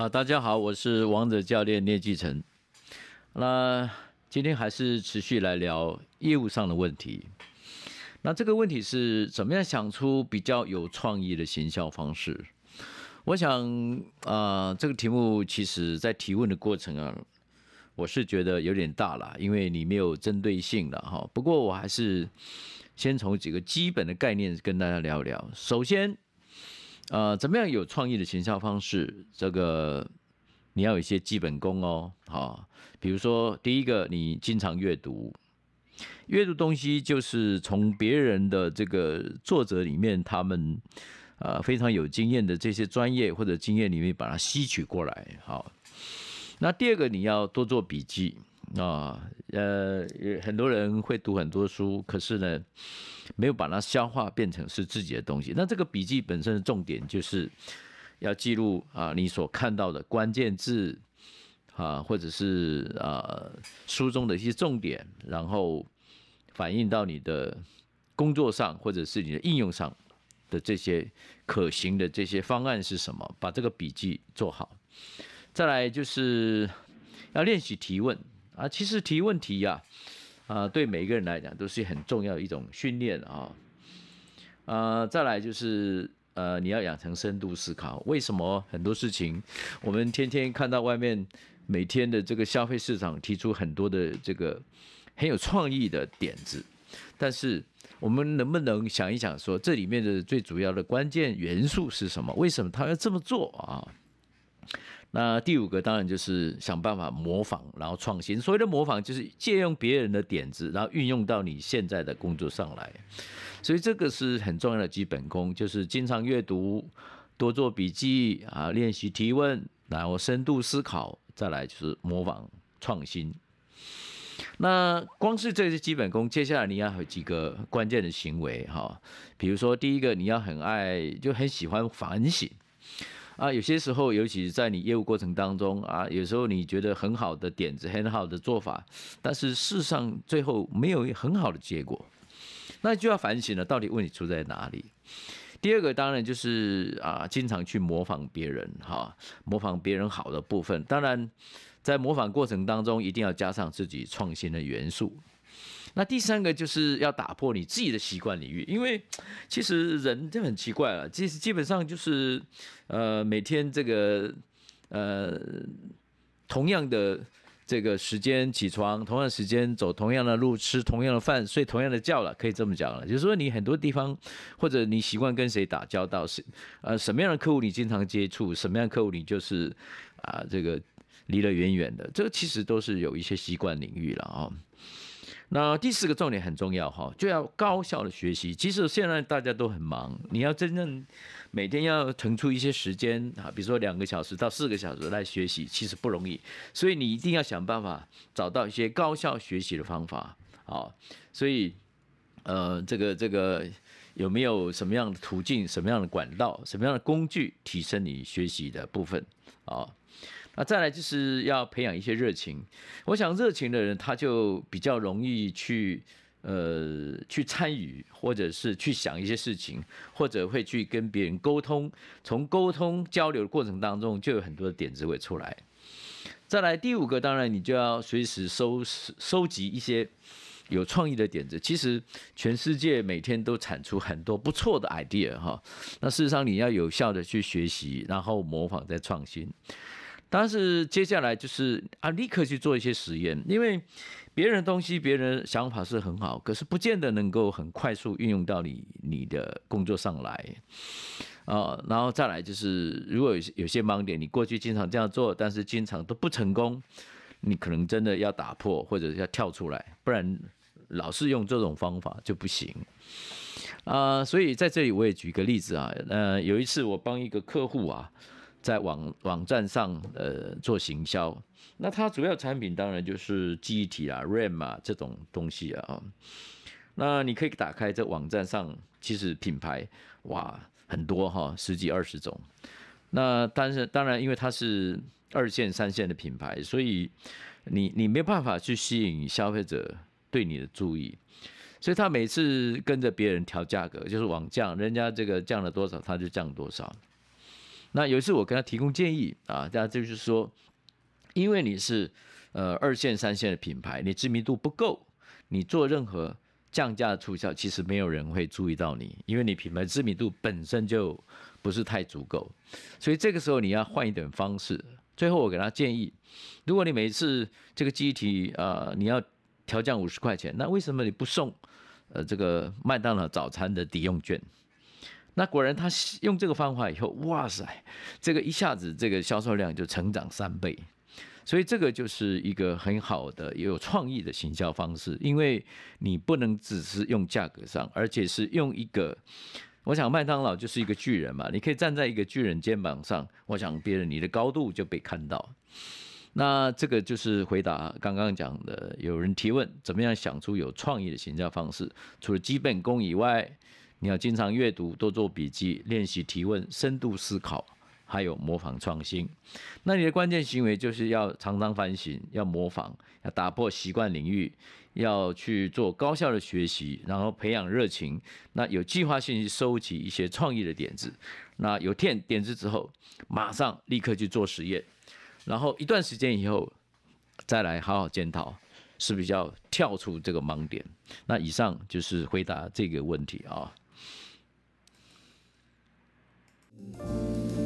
大家好，我是王者教练聂继成。那今天还是持续来聊业务上的问题。那这个问题是怎么样想出比较有创意的行销方式？我想这个题目其实在提问的过程我是觉得有点大了，因为你没有针对性了哈。不过我还是先从几个基本的概念跟大家聊聊。首先，怎么样有创意的行销方式？这个你要有一些基本功哦。好，比如说第一个，你经常阅读，阅读东西就是从别人的这个作者里面，他们非常有经验的这些专业或者经验里面把它吸取过来。好，那第二个你要多做笔记很多人会读很多书，可是呢，没有把它消化变成是自己的东西。那这个笔记本身的重点就是要记录你所看到的关键字或者是书中的一些重点，然后反映到你的工作上或者是你的应用上的这些可行的这些方案是什么，把这个笔记做好。再来就是要练习提问其实提问题对每一个人来讲都是很重要的一种训练再来就是你要养成深度思考。为什么很多事情我们天天看到外面每天的这个消费市场提出很多的这个很有创意的点子，但是我们能不能想一想说这里面的最主要的关键元素是什么？为什么他要这么做那第五个当然就是想办法模仿，然后创新。所谓的模仿就是借用别人的点子，然后运用到你现在的工作上来。所以这个是很重要的基本功，就是经常阅读，多做笔记练习提问，然后深度思考，再来就是模仿创新。那光是这些基本功，接下来你要有几个关键的行为比如说第一个，你要很喜欢反省。有些时候，尤其是在你业务过程当中有时候你觉得很好的点子、很好的做法，但是事实上最后没有很好的结果，那就要反省了，到底问题出在哪里？第二个当然就是经常去模仿别人模仿别人好的部分。当然，在模仿过程当中，一定要加上自己创新的元素。那第三个就是要打破你自己的习惯领域，因为其实人就很奇怪了，基本上就是每天这个同样的这个时间起床，同样的时间走同样的路，吃同样的饭，睡同样的觉了，可以这么讲了。就是说你很多地方或者你习惯跟谁打交道，什么样的客户你经常接触，什么样的客户你就是这个离得远远的，这个其实都是有一些习惯领域了那第四个重点很重要就要高效的学习。其实现在大家都很忙，你要真正每天要腾出一些时间比如说2个小时到4个小时来学习，其实不容易。所以你一定要想办法找到一些高效学习的方法所以这个有没有什么样的途径、什么样的管道、什么样的工具提升你学习的部分那再来就是要培养一些热情。我想热情的人他就比较容易去参与，或者是去想一些事情，或者会去跟别人沟通。从沟通交流的过程当中，就有很多的点子会出来。再来第五个，当然你就要随时收集一些有创意的点子。其实全世界每天都产出很多不错的 idea 那事实上你要有效的去学习，然后模仿再创新。但是接下来就是立刻去做一些实验，因为别人的东西、别人的想法是很好，可是不见得能够很快速运用到你的工作上来然后再来就是如果有些盲点，你过去经常这样做，但是经常都不成功，你可能真的要打破或者要跳出来，不然老是用这种方法就不行所以在这里我也举个例子有一次我帮一个客户在网站上做行销，那它主要产品当然就是记忆体RAM 这种东西那你可以打开这网站上，其实品牌很多10几20种。那但是当然因为它是2线3线的品牌，所以你没有办法去吸引消费者对你的注意，所以他每次跟着别人调价格，就是往降，人家这个降了多少他就降多少。 那有一次我跟他提供建议啊，这就是说，因为你是2线、3线的品牌，你知名度不够，你做任何降价的促销，其实没有人会注意到你，因为你品牌知名度本身就不是太足够，所以这个时候你要换一点方式。最后我给他建议，如果你每次这个记忆体你要调降50块钱，那为什么你不送这个麦当劳早餐的抵用券？那果然他用这个方法以后，哇塞，这个一下子这个销售量就成长3倍。所以这个就是一个很好的也有创意的行销方式，因为你不能只是用价格上，而且是用一个，我想麦当劳就是一个巨人嘛，你可以站在一个巨人肩膀上，我想别人你的高度就被看到。那这个就是回答刚刚讲的，有人提问怎么样想出有创意的行销方式，除了基本功以外，你要经常阅读，多做笔记，练习提问，深度思考，还有模仿创新。那你的关键行为就是要常常反省，要模仿，要打破习惯领域，要去做高效的学习，然后培养热情。那有计划性去收集一些创意的点子。那有点子之后，马上立刻去做实验，然后一段时间以后再来好好检讨，是不是要跳出这个盲点？那以上就是回答这个问题啊。